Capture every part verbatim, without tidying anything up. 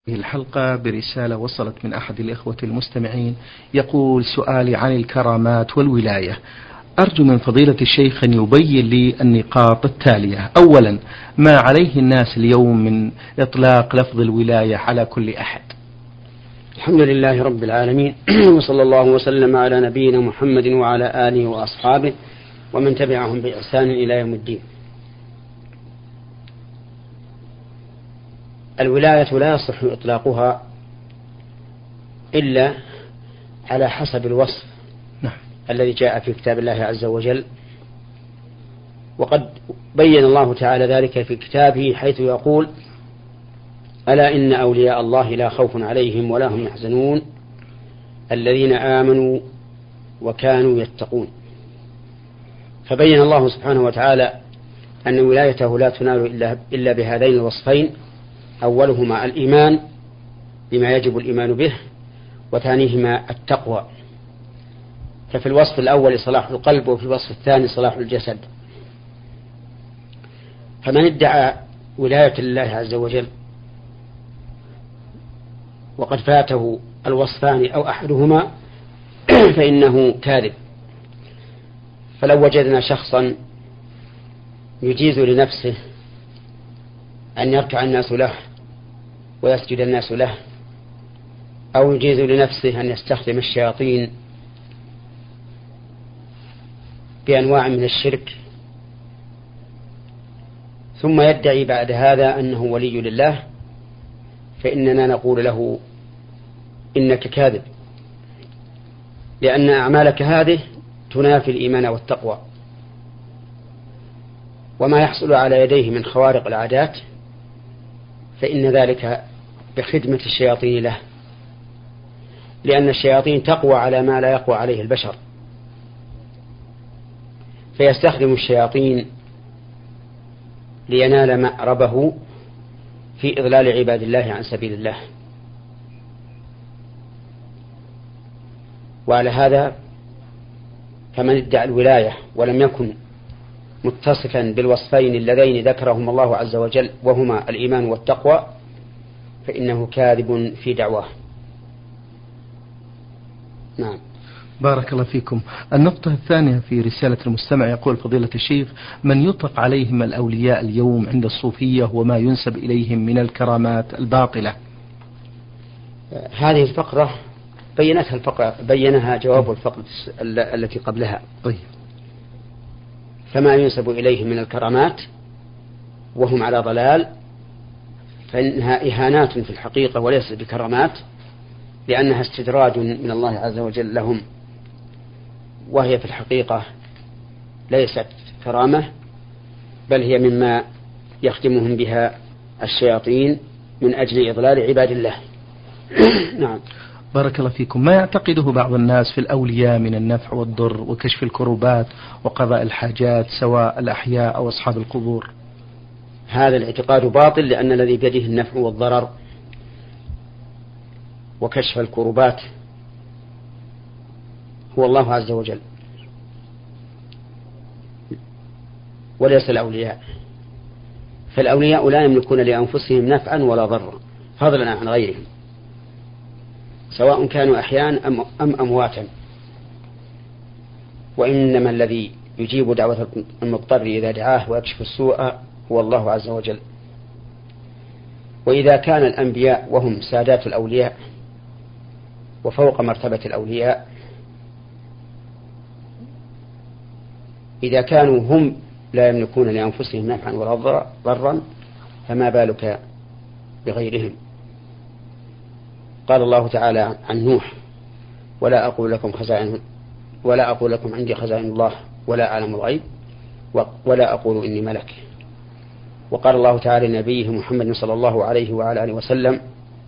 الحلقة برسالة وصلت من أحد الإخوة المستمعين، يقول: سؤالي عن الكرامات والولاية، أرجو من فضيلة الشيخ أن يبين لي النقاط التالية. أولا، ما عليه الناس اليوم من إطلاق لفظ الولاية على كل أحد؟ الحمد لله رب العالمين، وصلى الله وسلم على نبينا محمد وعلى آله وأصحابه ومن تبعهم بإحسان إلى يوم الدين. الولاية لا يصح إطلاقها إلا على حسب الوصف نعم. الذي جاء في كتاب الله عز وجل، وقد بين الله تعالى ذلك في كتابه حيث يقول: ألا إن أولياء الله لا خوف عليهم ولا هم يحزنون الذين آمنوا وكانوا يتقون. فبين الله سبحانه وتعالى أن ولايته لا تنال إلا بهذين الوصفين، أولهما الإيمان بما يجب الإيمان به، وثانيهما التقوى. ففي الوصف الأول صلاح القلب، وفي الوصف الثاني صلاح الجسد. فمن ادعى ولاية الله عز وجل وقد فاته الوصفان أو أحدهما فإنه كاذب. فلو وجدنا شخصا يجيز لنفسه أن يركع الناس له ويسجد الناس له، أو يجيز لنفسه أن يستخدم الشياطين بأنواع من الشرك، ثم يدعي بعد هذا أنه ولي لله، فإننا نقول له: إنك كاذب، لأن أعمالك هذه تنافي الإيمان والتقوى. وما يحصل على يديه من خوارق العادات فإن ذلك بخدمة الشياطين له، لأن الشياطين تقوى على ما لا يقوى عليه البشر، فيستخدم الشياطين لينال مأربه في إضلال عباد الله عن سبيل الله. وعلى هذا فمن ادعى الولاية ولم يكن متصفا بالوصفين اللذين ذكرهما الله عز وجل وهما الإيمان والتقوى فإنه كاذب في دعواه. نعم. بارك الله فيكم. النقطة الثانية في رسالة المستمع، يقول فضيلة الشيخ: من يطلق عليهم الأولياء اليوم عند الصوفية وما ينسب إليهم من الكرامات الباطلة؟ هذه الفقرة بينتها الفقرة بينها جواب الفقرة التي قبلها. طيب. فما ينسب إليهم من الكرامات وهم على ضلال فإنها إهانات في الحقيقة وليست بكرامات، لأنها استدراج من الله عز وجل لهم، وهي في الحقيقة ليست كرامة، بل هي مما يخدمهم بها الشياطين من أجل إضلال عباد الله. نعم. بارك الله فيكم. ما يعتقده بعض الناس في الأولياء من النفع والضر وكشف الكروبات وقضاء الحاجات، سواء الأحياء أو أصحاب القبور؟ هذا الاعتقاد باطل، لأن الذي بيده النفع والضرر وكشف الكروبات هو الله عز وجل وليس الأولياء. فالأولياء لا يملكون لأنفسهم نفعا ولا ضرا فضلا عن غيرهم، سواء كانوا أحياء أم, أم أمواتا. وإنما الذي يجيب دعوة المضطر إذا دعاه ويكشف السوء هو الله عز وجل. وإذا كان الأنبياء وهم سادات الأولياء وفوق مرتبة الأولياء، إذا كانوا هم لا يملكون لأنفسهم نفعا ولا ضرا فما بالك بغيرهم. قال الله تعالى عن نوح: ولا أقول لكم خزائن ولا أقول لكم عندي خزائن الله ولا أعلم الغيب ولا أقول إني ملك. وقال الله تعالى لنبيه محمد صلى الله عليه وعلى آله وسلم: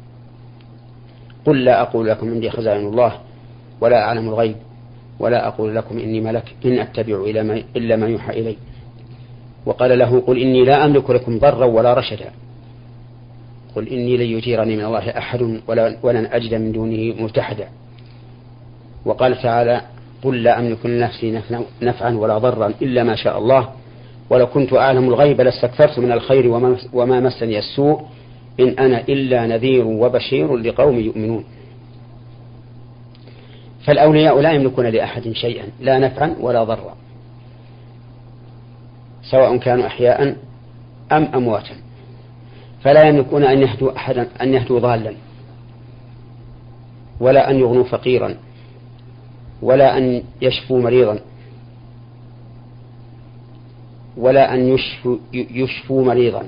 قل لا أقول لكم عندي خزائن الله ولا أعلم الغيب ولا أقول لكم إني ملك إن أتبع إلا ما يوحى إلي. وقال له: قل إني لا أملك لكم ضرا ولا رشدا قل إني لن يجيرني من الله أحد ولن أجد من دونه ملتحدا. وقال تعالى: قل لا أملك لنفسي نفعا ولا ضرا إلا ما شاء الله ولو كنت أعلم الغيب لاستكثرت من الخير وما مسني السوء إن أنا إلا نذير وبشير لقوم يؤمنون. فالأولياء لا يملكون لأحد شيئا، لا نفعا ولا ضرا، سواء كانوا أحياء أم أمواتا، فلا يملكون أن يهدوا أحدا، أن يهدوا ضالا، ولا أن يغنوا فقيرا، ولا أن يشفوا مريضا، ولا أن يشفوا, يشفوا مريضا،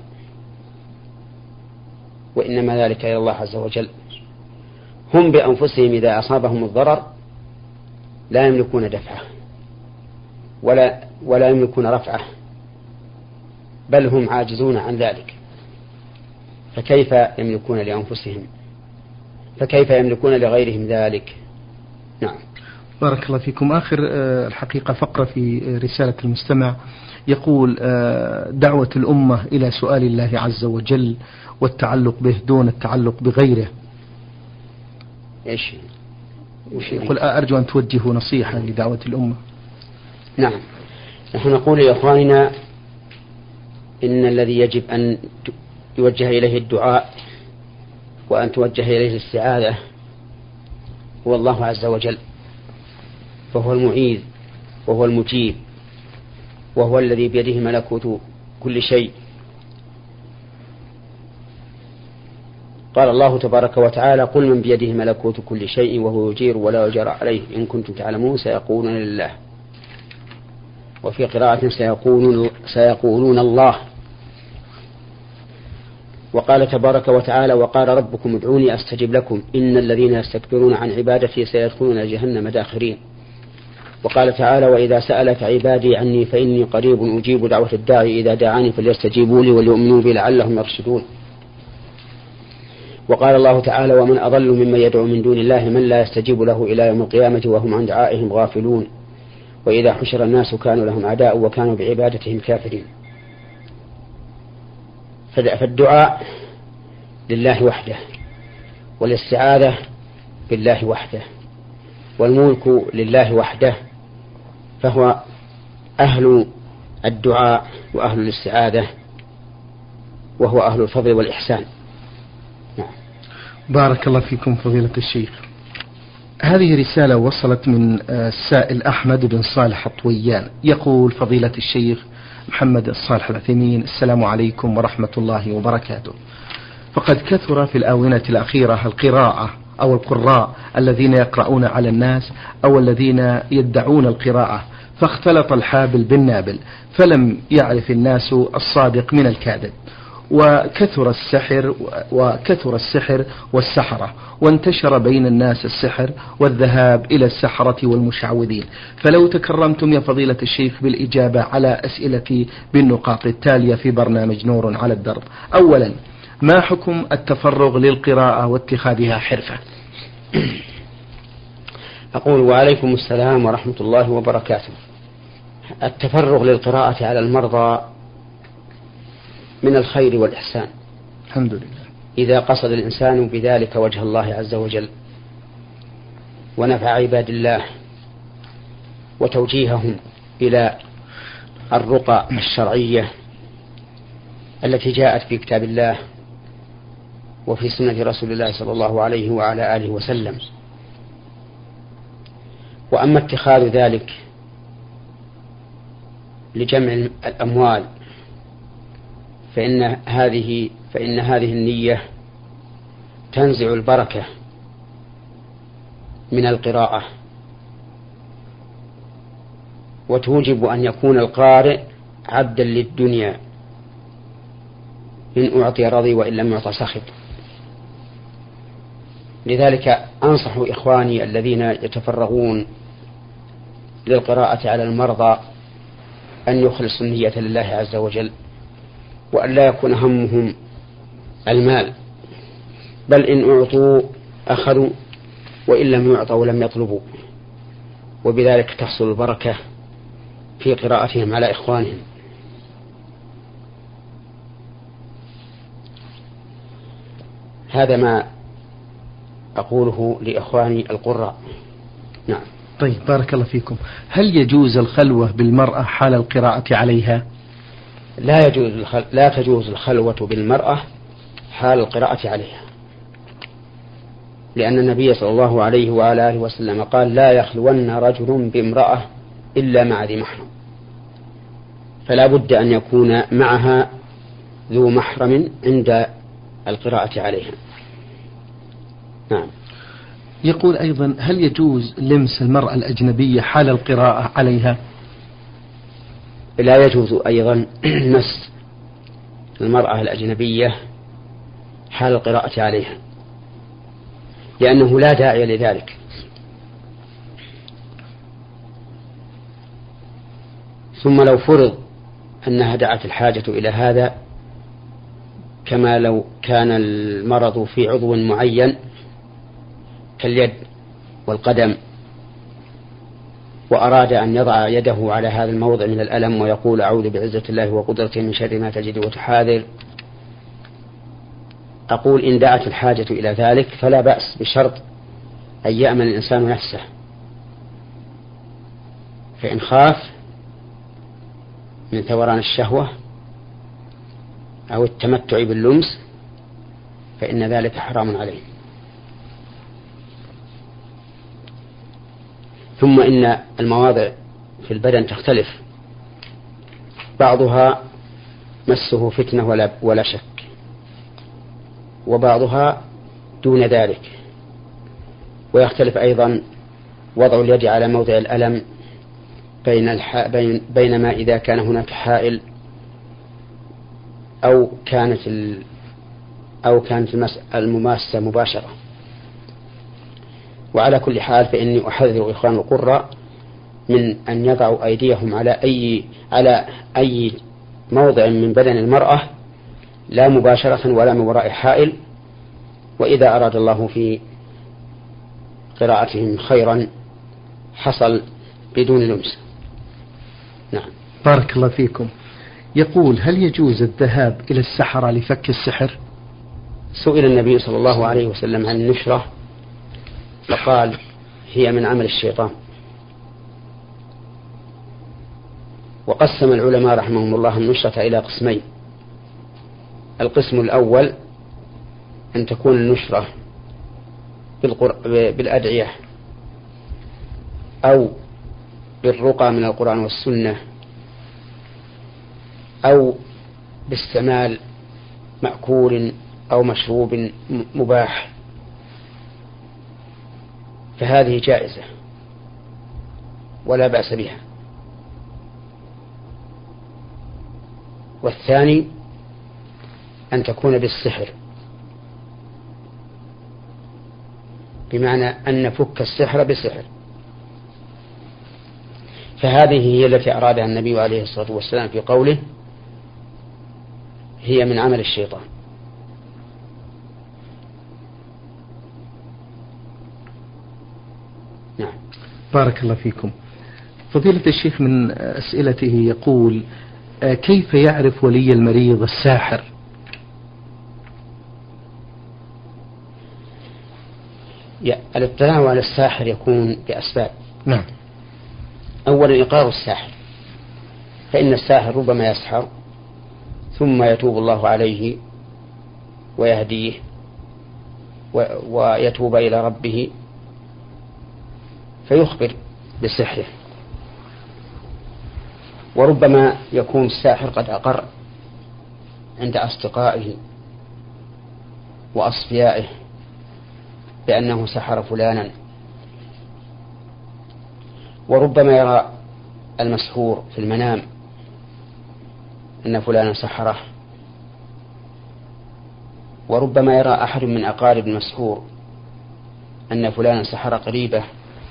وإنما ذلك إلى الله عز وجل. هم بأنفسهم إذا أصابهم الضرر لا يملكون دفعه ولا, ولا يملكون رفعه، بل هم عاجزون عن ذلك، فكيف يملكون لأنفسهم؟ فكيف يملكون لغيرهم ذلك؟ نعم. بارك الله فيكم. آخر الحقيقة فقرة في رسالة المستمع يقول: دعوة الأمة إلى سؤال الله عز وجل والتعلق به دون التعلق بغيره. إيش يقول: أرجو أن توجهوا نصيحة لدعوة الأمة. نعم، نحن نقول لإخواننا إن الذي يجب أن يوجه إليه الدعاء وأن توجه إليه الاستعاذة هو الله عز وجل، فهو المعيذ وهو المجيب، وهو الذي بيده ملكوت كل شيء. قال الله تبارك وتعالى: قل من بيده ملكوت كل شيء وهو يجير ولا يجار عليه إن كنتم تعلمون سيقولون لله. وفي قراءة سيقولون, سيقولون الله. وقال تبارك وتعالى: وقال ربكم ادعوني أستجب لكم إن الذين يستكبرون عن عبادتي سيدخلون جهنم داخرين. وقال تعالى: وإذا سألك عبادي عني فإني قريب أجيب دعوة الداعي إذا دعاني فليستجيبوا لي وليؤمنوا بي لعلهم يرشدون. وقال الله تعالى: ومن أضل ممن يدعو من دون الله من لا يستجيب له إلى يوم القيامة وهم عن دعائهم غافلون وإذا حشر الناس كانوا لهم أعداء وكانوا بعبادتهم كافرين. فالدعاء لله وحده، والاستعاذة بالله وحده، والملك لله وحده، فهو أهل الدعاء وأهل الاستعاذة، وهو أهل الفضل والإحسان. نعم. بارك الله فيكم فضيلة الشيخ. هذه رسالة وصلت من السائل أحمد بن صالح الطويان، يقول: فضيلة الشيخ محمد الصالح العثيمين، السلام عليكم ورحمة الله وبركاته. فقد كثر في الآونة الأخيرة القراءة أو القراء الذين يقرؤون على الناس أو الذين يدعون القراءة، فاختلط الحابل بالنابل، فلم يعرف الناس الصادق من الكاذب، وكثر السحر وكثر السحر والسحرة، وانتشر بين الناس السحر والذهاب إلى السحرة والمشعوذين. فلو تكرمتم يا فضيلة الشيخ بالإجابة على أسئلتي بالنقاط التالية في برنامج نور على الدرب. أولا: ما حكم التفرغ للقراءة واتخاذها حرفة؟ أقول: وعليكم السلام ورحمة الله وبركاته. التفرغ للقراءة على المرضى من الخير والإحسان، الحمد لله، إذا قصد الإنسان بذلك وجه الله عز وجل ونفع عباد الله وتوجيههم إلى الرقى الشرعية التي جاءت في كتاب الله وفي سنة رسول الله صلى الله عليه وعلى آله وسلم. وأما اتخاذ ذلك لجمع الأموال فإن هذه فإن هذه النية تنزع البركة من القراءة، وتوجب أن يكون القارئ عبدا للدنيا، إن أعطي رضي وإن لم يعط سخط. لذلك أنصح إخواني الذين يتفرغون للقراءة على المرضى أن يخلصوا النية لله عز وجل، وأن لا يكون همهم المال، بل إن أعطوا أخذوا وإن لم يعطوا لم يطلبوا، وبذلك تحصل البركة في قراءتهم على إخوانهم. هذا ما أقوله لإخواني القراء. نعم. طيب، بارك الله فيكم. هل يجوز الخلوة بالمرأة حال القراءة عليها؟ لا يجوز الخل... لا تجوز الخلوة بالمرأة حال القراءة عليها، لأن النبي صلى الله عليه وعلى آله وسلم قال لا يخلون رجل بامرأة إلا مع ذي محرم، فلا بد أن يكون معها ذو محرم عند القراءة عليها. نعم. يقول أيضا هل يجوز لمس المرأة الأجنبية حال القراءة عليها؟ لا يجوز أيضا مس المرأة الأجنبية حال القراءة عليها، لأنه لا داعي لذلك. ثم لو فرض أنها دعت الحاجة إلى هذا، كما لو كان المرض في عضو معين كاليد والقدم، وأراد أن يضع يده على هذا الموضع من الألم ويقول أعوذ بعزة الله وقدرته من شر ما تجد وتحاذر، أقول إن دعت الحاجة إلى ذلك فلا بأس، بشرط أن يأمن الإنسان نفسه، فإن خاف من ثوران الشهوة أو التمتع باللمس فإن ذلك حرام عليه. ثم إن المواضع في البدن تختلف، بعضها مسه فتنة ولا, ولا شك، وبعضها دون ذلك، ويختلف أيضا وضع اليد على موضع الألم بين الح... بين... بينما إذا كان هناك حائل أو كانت ال... أو كانت المس... المماسة مباشرة. وعلى كل حال فإني أحذر إخوان القراء من أن يضعوا أيديهم على أي على أي موضع من بدن المرأة لا مباشرة ولا من وراء حائل، وإذا أراد الله في قراءتهم خيرا حصل بدون لمس. نعم. بارك الله فيكم. يقول هل يجوز الذهاب إلى السحرة لفك السحر؟ سئل النبي صلى الله عليه وسلم عن النشرة فقال هي من عمل الشيطان. وقسم العلماء رحمهم الله النشرة إلى قسمين: القسم الأول أن تكون النشرة بالأدعية أو بالرقى من القرآن والسنة أو باستعمال مأكول أو مشروب مباح، فهذه جائزة ولا بأس بها. والثاني أن تكون بالسحر، بمعنى أن نفك السحر بسحر، فهذه هي التي أرادها النبي عليه الصلاة والسلام في قوله هي من عمل الشيطان. نعم. بارك الله فيكم. فضيلة الشيخ من أسئلته يقول كيف يعرف ولي المريض الساحر؟ الاطلاع على الساحر يكون بأسباب. نعم. أولا إقرار الساحر، فإن الساحر ربما يسحر ثم يتوب الله عليه ويهديه ويتوب إلى ربه فيخبر بسحره، وربما يكون الساحر قد أقر عند أصدقائه وأصفيائه بأنه سحر فلانا، وربما يرى المسحور في المنام أن فلانا سحره، وربما يرى أحد من أقارب المسحور أن فلانا سحر قريبه.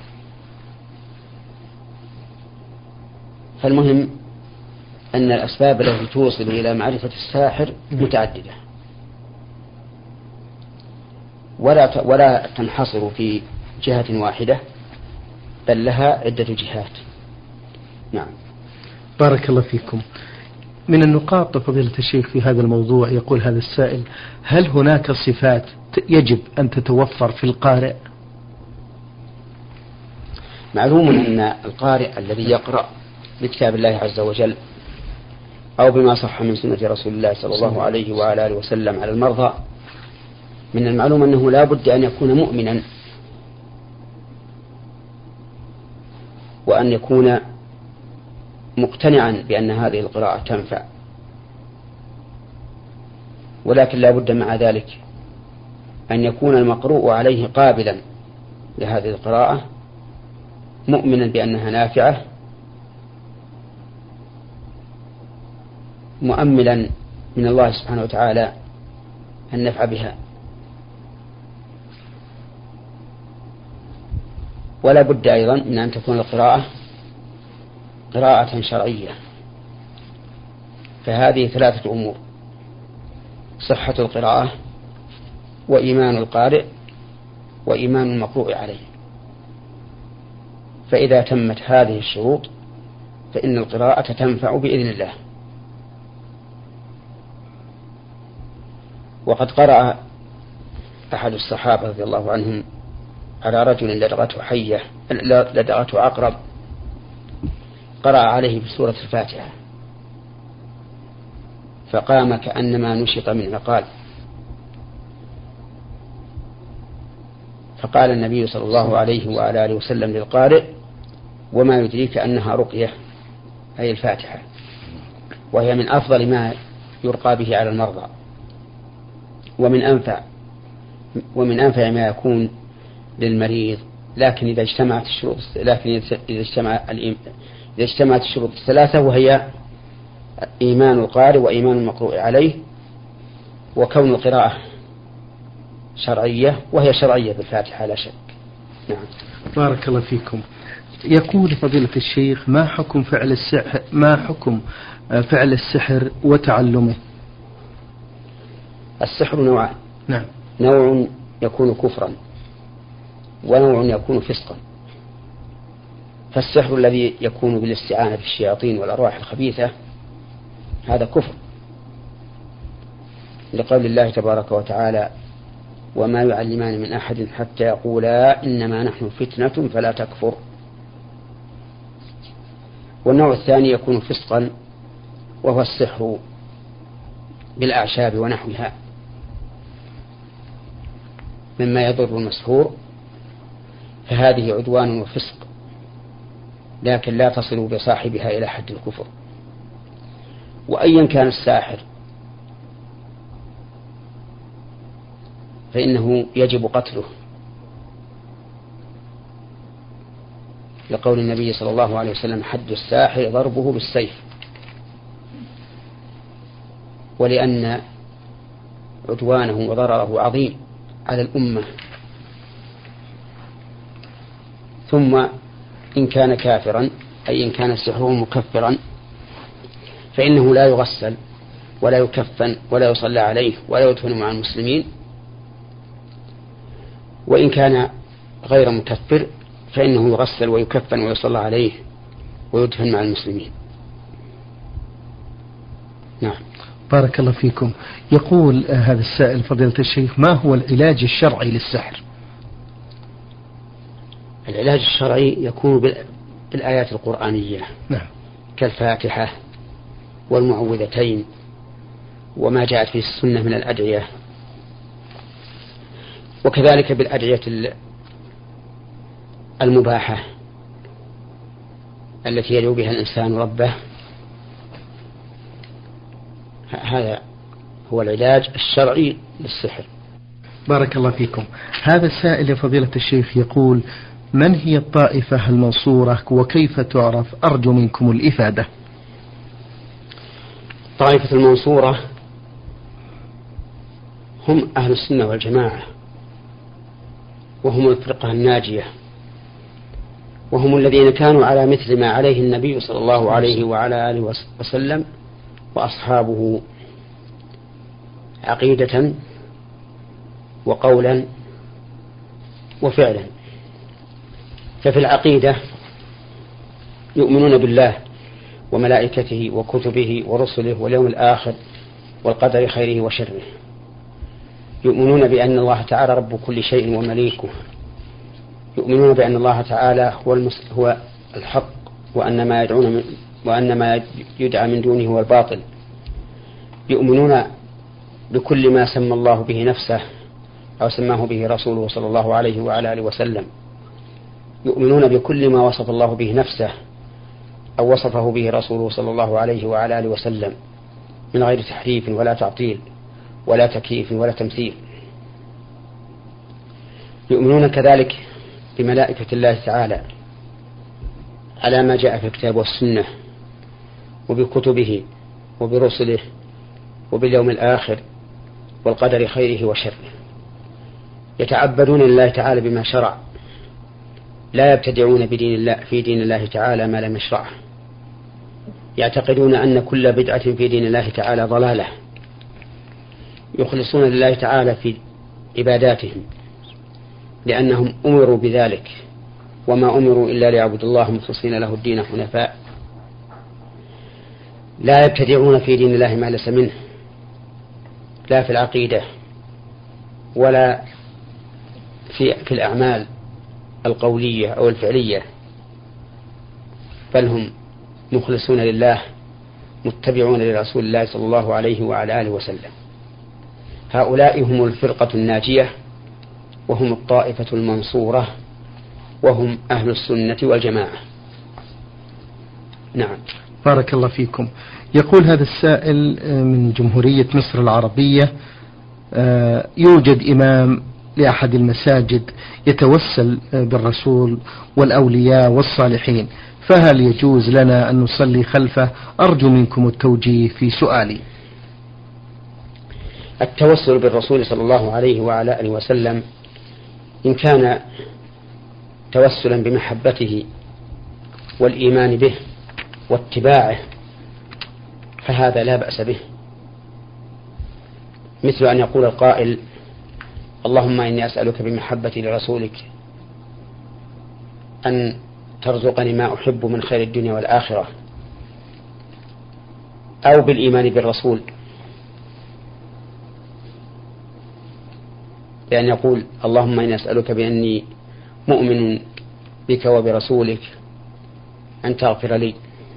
فالمهم أن الأسباب التي توصل إلى معرفة الساحر متعددة، ولا ولا تنحصر في جهة واحدة، بل لها عدة جهات. نعم. بارك الله فيكم. من النقاط فضيلة الشيخ في هذا الموضوع يقول هذا السائل هل هناك صفات يجب أن تتوفر في القارئ؟ معلوم أن القارئ الذي يقرأ بكتاب الله عز وجل أو بما صح من سنة رسول الله صلى الله عليه وعلى آله وسلم على المرضى من المعلوم أنه لا بد أن يكون مؤمنا وأن يكون مقتنعا بأن هذه القراءة تنفع، ولكن لا بد مع ذلك أن يكون المقروء عليه قابلا لهذه القراءة، مؤمنا بأنها نافعة، مؤملا من الله سبحانه وتعالى النفع بها. ولا بد أيضا من أن تكون القراءة قراءة شرعية. فهذه ثلاثة أمور: صحة القراءة، وإيمان القارئ، وإيمان المقروء عليه. فإذا تمت هذه الشروط فإن القراءة تنفع بإذن الله. وقد قرأ أحد الصحابة رضي الله عنهم على رجل لدغته حية لدغته عقرب، قرأ عليه بسورة الفاتحة فقام كأنما نشط من عقال، فقال النبي صلى الله عليه وعلى آله وسلم للقارئ: وما يدريك أنها رقية، أي الفاتحة، وهي من أفضل ما يرقى به على المرضى، ومن أنفع ومن أنفع ما يكون للمريض. لكن إذا اجتمعت الشروط لكن إذا اجتمع إذا اجتمعت الشروط الثلاثة، وهي إيمان القارئ وإيمان المقروء عليه وكون القراءة شرعية، وهي شرعية بالفاتحة لا شك. نعم. بارك الله فيكم. يقول فضيلة الشيخ: ما حكم فعل السحر ما حكم فعل السحر وتعلمه؟ السحر نوعان. نعم. نوع يكون كفرا، ونوع يكون فسقا. فالسحر الذي يكون بالاستعانة بالشياطين والأرواح الخبيثة هذا كفر، لقول الله تبارك وتعالى: وما يعلمان من أحد حتى يقولا إنما نحن فتنة فلا تكفر. والنوع الثاني يكون فسقا، وهو السحر بالأعشاب ونحوها مما يضر المسحور، فهذه عدوان وفسق، لكن لا تصل بصاحبها إلى حد الكفر. وأيا كان الساحر فإنه يجب قتله، لقول النبي صلى الله عليه وسلم: حد الساحر ضربه بالسيف. ولأن عدوانه وضرره عظيم على الأمة. ثم إن كان كافرا، أي إن كان سحره مكفرا، فإنه لا يغسل ولا يكفن ولا يصلى عليه ولا يدفن مع المسلمين. وإن كان غير مكفر فإنه يغسل ويكفن ويصلى عليه ويدفن مع المسلمين. نعم. بارك الله فيكم. يقول هذا السائل فضيلة الشيخ: ما هو العلاج الشرعي للسحر؟ العلاج الشرعي يكون بالآيات القرآنية. نعم. كالفاتحة والمعوذتين وما جاءت في السنة من الأدعية، وكذلك بالأدعية المباحة التي يدعو بها الإنسان ربه. هذا هو العلاج الشرعي للسحر. بارك الله فيكم. هذا السائل فضيلة الشيخ يقول: من هي الطائفة المنصورة وكيف تعرف؟ أرجو منكم الإفادة. طائفة المنصورة هم أهل السنة والجماعة، وهم الفرقة الناجية، وهم الذين كانوا على مثل ما عليه النبي صلى الله عليه وعلى آله وسلم وأصحابه عقيدة وقولا وفعلا. ففي العقيدة يؤمنون بالله وملائكته وكتبه ورسله واليوم الآخر والقدر خيره وشره. يؤمنون بأن الله تعالى رب كل شيء ومليكه. يؤمنون بأن الله تعالى هو, المس... هو الحق، وأن ما يدعون من... وأن ما يدعى من دونه هو الباطل. يؤمنون بكل ما سمى الله به نفسه أو سماه به رسوله صلى الله عليه وعلى آله وسلم، يؤمنون بكل ما وصف الله به نفسه أو وصفه به رسوله صلى الله عليه وعلى آله وسلم من غير تحريف ولا تعطيل ولا تكييف ولا تمثيل. يؤمنون كذلك بملائكة الله تعالى على ما جاء في الكتاب والسنة، وبكتبه وبرسله وباليوم الآخر والقدر خيره وشره. يتعبدون لله تعالى بما شرع، لا يبتدعون بدين الله في دين الله تعالى ما لم يشرعه. يعتقدون أن كل بدعة في دين الله تعالى ضلالة. يخلصون لله تعالى في عباداتهم لأنهم أمروا بذلك، وما أمروا إلا ليعبدوا الله مخلصين له الدين حنفاء. لا يبتدعون في دين الله ما ليس منه، لا في العقيدة ولا في, في الأعمال القولية أو الفعلية، بل هم مخلصون لله متبعون لرسول الله صلى الله عليه وعلى آله وسلم. هؤلاء هم الفرقة الناجية، وهم الطائفة المنصورة، وهم أهل السنة والجماعة. نعم. بارك الله فيكم. يقول هذا السائل من جمهورية مصر العربية: يوجد إمام لأحد المساجد يتوسل بالرسول والأولياء والصالحين، فهل يجوز لنا أن نصلي خلفه؟ أرجو منكم التوجيه في سؤالي. التوسل بالرسول صلى الله عليه وعلى آله وسلم إن كان توسلا بمحبته والإيمان به واتباعه فهذا لا بأس به، مثل أن يقول القائل: اللهم إني أسألك بمحبتي لرسولك أن ترزقني ما أحب من خير الدنيا والآخرة، أو بالإيمان بالرسول بأن يقول: اللهم إني أسألك بأني مؤمن بك وبرسولك أن تغفر لي.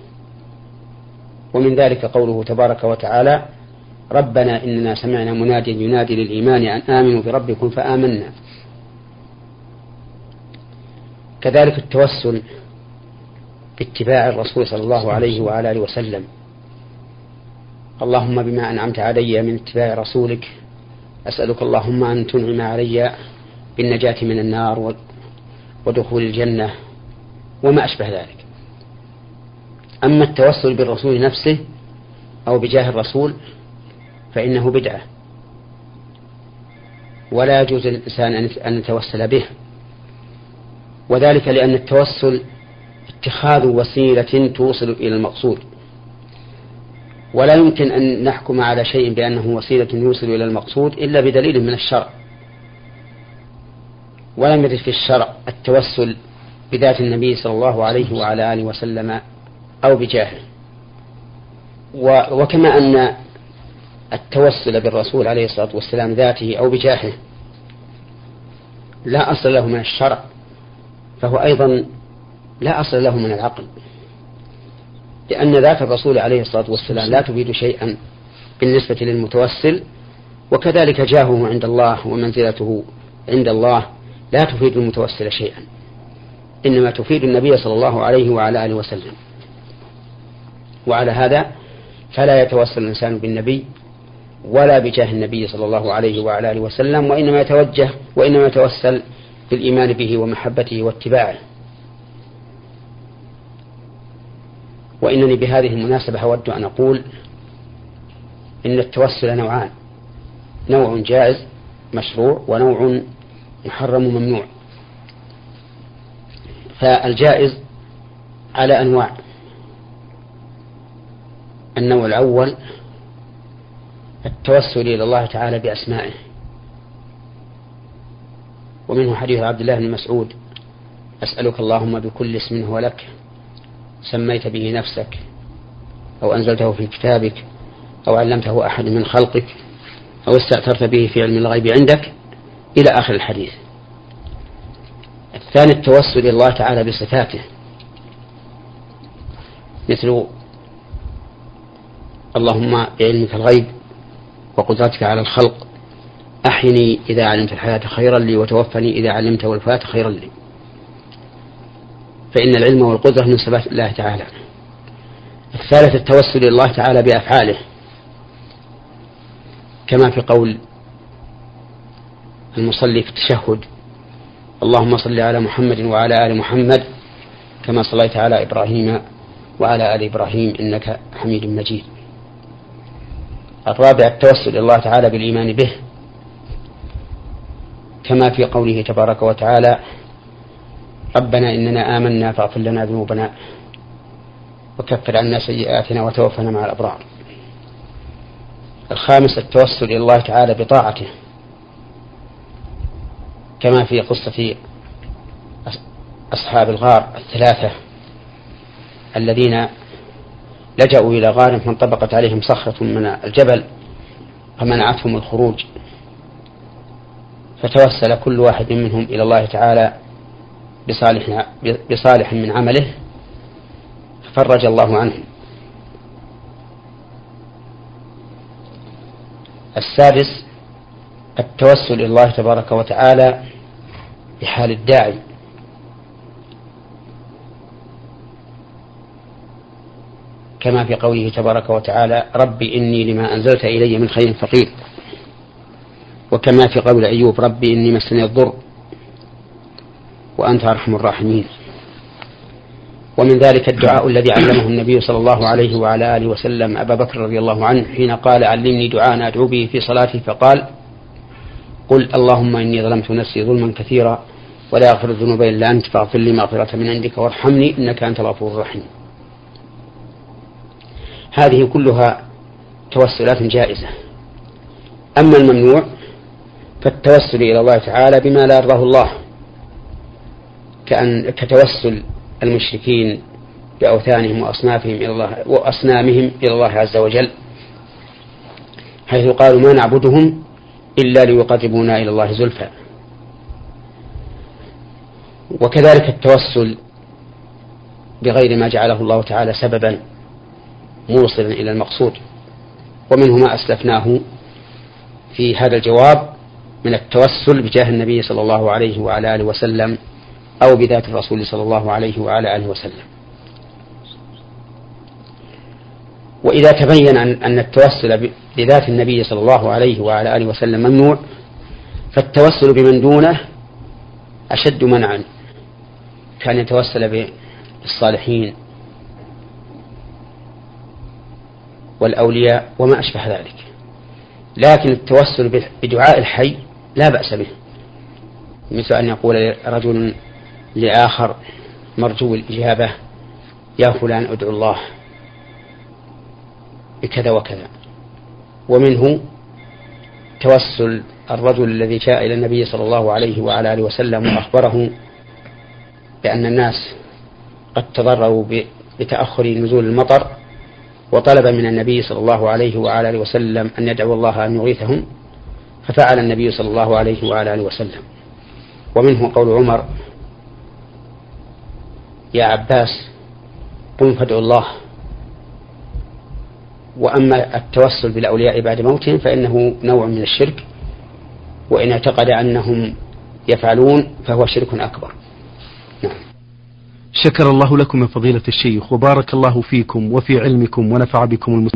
ومن ذلك قوله تبارك وتعالى: ربنا إننا سمعنا مناديا ينادي للإيمان أن آمنوا بربكم فآمنا. كذلك التوسل باتباع الرسول صلى الله عليه وعلى آله وسلم: اللهم بما أنعمت علي من اتباع رسولك أسألك اللهم أن تنعم علي بالنجاة من النار ودخول الجنة وما أشبه ذلك. أما التوسل بالرسول نفسه أو بجاه الرسول فإنه بدعة، ولا يجوز للإنسان أن يتوسل به، وذلك لأن التوسل اتخاذ وسيلة توصل إلى المقصود، ولا يمكن أن نحكم على شيء بأنه وسيلة يوصل إلى المقصود إلا بدليل من الشرع. ولم يرد في الشرع التوسل بذات النبي صلى الله عليه وعلى آله وسلم أو بجاهه. وكما أن التوسل بالرسول عليه الصلاة والسلام ذاته أو بجاهه لا أصل له من الشرع، فهو أيضا لا أصل له من العقل، لأن ذات الرسول عليه الصلاة والسلام لا تفيد شيئا بالنسبة للمتوسل، وكذلك جاهه عند الله ومنزلته عند الله لا تفيد المتوسل شيئا، إنما تفيد النبي صلى الله عليه وعلى آله وسلم. وعلى هذا فلا يتوسل الإنسان بالنبي ولا بجاه النبي صلى الله عليه وعلى آله وسلم، وإنما يتوجه وإنما يتوسل بالإيمان به ومحبته واتباعه. وإنني بهذه المناسبة أود أن أقول إن التوسل نوعان: نوع جائز مشروع ونوع محرم ممنوع. فالجائز على أنواع: النوع الأول التوسل إلى الله تعالى بأسمائه، ومنه حديث عبد الله بن مسعود: أسألك اللهم بكل اسم هو لك سميت به نفسك أو أنزلته في كتابك أو علمته أحد من خلقك أو استأثرت به في علم الغيب عندك، إلى آخر الحديث. الثاني التوسل إلى الله تعالى بصفاته، مثل اللهم بعلمك الغيب وقدرتك على الخلق أحيني إذا علمت الحياة خيرا لي وتوفني إذا علمت الوفاة خيرا لي، فإن العلم والقدرة من صفات الله تعالى. الثالث التوسل إلى الله تعالى بأفعاله، كما في قول المصلي في التشهد: اللهم صل على محمد وعلى آل محمد كما صليت على إبراهيم وعلى آل إبراهيم إنك حميد مجيد. الرابع التوسل إلى الله تعالى بالإيمان به، كما في قوله تبارك وتعالى: ربنا إننا آمنا فاغفر لنا ذنوبنا وكفر عنا سيئاتنا وتوفنا مع الأبرار. الخامس التوسل إلى الله تعالى بطاعته، كما في قصة أصحاب الغار الثلاثة الذين لجأوا إلى غار فانطبقت عليهم صخرة من الجبل فمنعتهم الخروج، فتوسل كل واحد منهم إلى الله تعالى بصالح, بصالح من عمله ففرج الله عنهم. السادس التوسل إلى الله تبارك وتعالى بحال الداعي، كما في قوله تبارك وتعالى: ربي إني لما أنزلت إلي من خير فقير، وكما في قول أيوب: ربي إني مسني الضر وأنت أرحم الراحمين. ومن ذلك الدعاء الذي علمه النبي صلى الله عليه وعلى آله وسلم أبا بكر رضي الله عنه حين قال: علمني دعاء أدعو به في صلاتي، فقال: قل اللهم إني ظلمت نفسي ظلما كثيرا ولا يغفر الذنوب إلا أنت فاغفر لي مغفرة من عندك وارحمني إنك أنت الغفور الرحيم. هذه كلها توسلات جائزة. أما الممنوع فالتوسل إلى الله تعالى بما لا يرضاه الله، كأن كتوسل المشركين بأوثانهم وأصنافهم إلى الله وأصنامهم إلى الله عز وجل، حيث قالوا: ما نعبدهم إلا ليقربونا إلى الله زلفى. وكذلك التوسل بغير ما جعله الله تعالى سببا موصلا إلى المقصود، ومنه ما أسلفناه في هذا الجواب من التوسل بجاه النبي صلى الله عليه وعلى آله وسلم أو بذات الرسول صلى الله عليه وعلى آله وسلم. وإذا تبين أن التوسل بذات النبي صلى الله عليه وعلى آله وسلم ممنوع، فالتوسل بمن دونه أشد منعا، كان يتوسل بالصالحين والأولياء وما أشبه ذلك. لكن التوسل بدعاء الحي لا بأس به، مثل أن يقول رجل لآخر مرجو الإجابة: يا فلان ادعو الله بكذا وكذا. ومنه توسل الرجل الذي جاء إلى النبي صلى الله عليه وعلى آله وسلم وأخبره بأن الناس قد تضرروا بتأخر نزول المطر، وطلب من النبي صلى الله عليه وعلى آله وسلم أن يدعو الله أن يغيثهم، ففعل النبي صلى الله عليه وعلى آله وسلم. ومنه قول عمر: يا عباس قم فادعو الله. وأما التوسل بالأولياء بعد موتهم فإنه نوع من الشرك، وإن اعتقد أنهم يفعلون فهو شرك أكبر. نعم. شكر الله لكم من فضيلة الشيخ، وبارك الله فيكم وفي علمكم ونفع بكم المسلمين.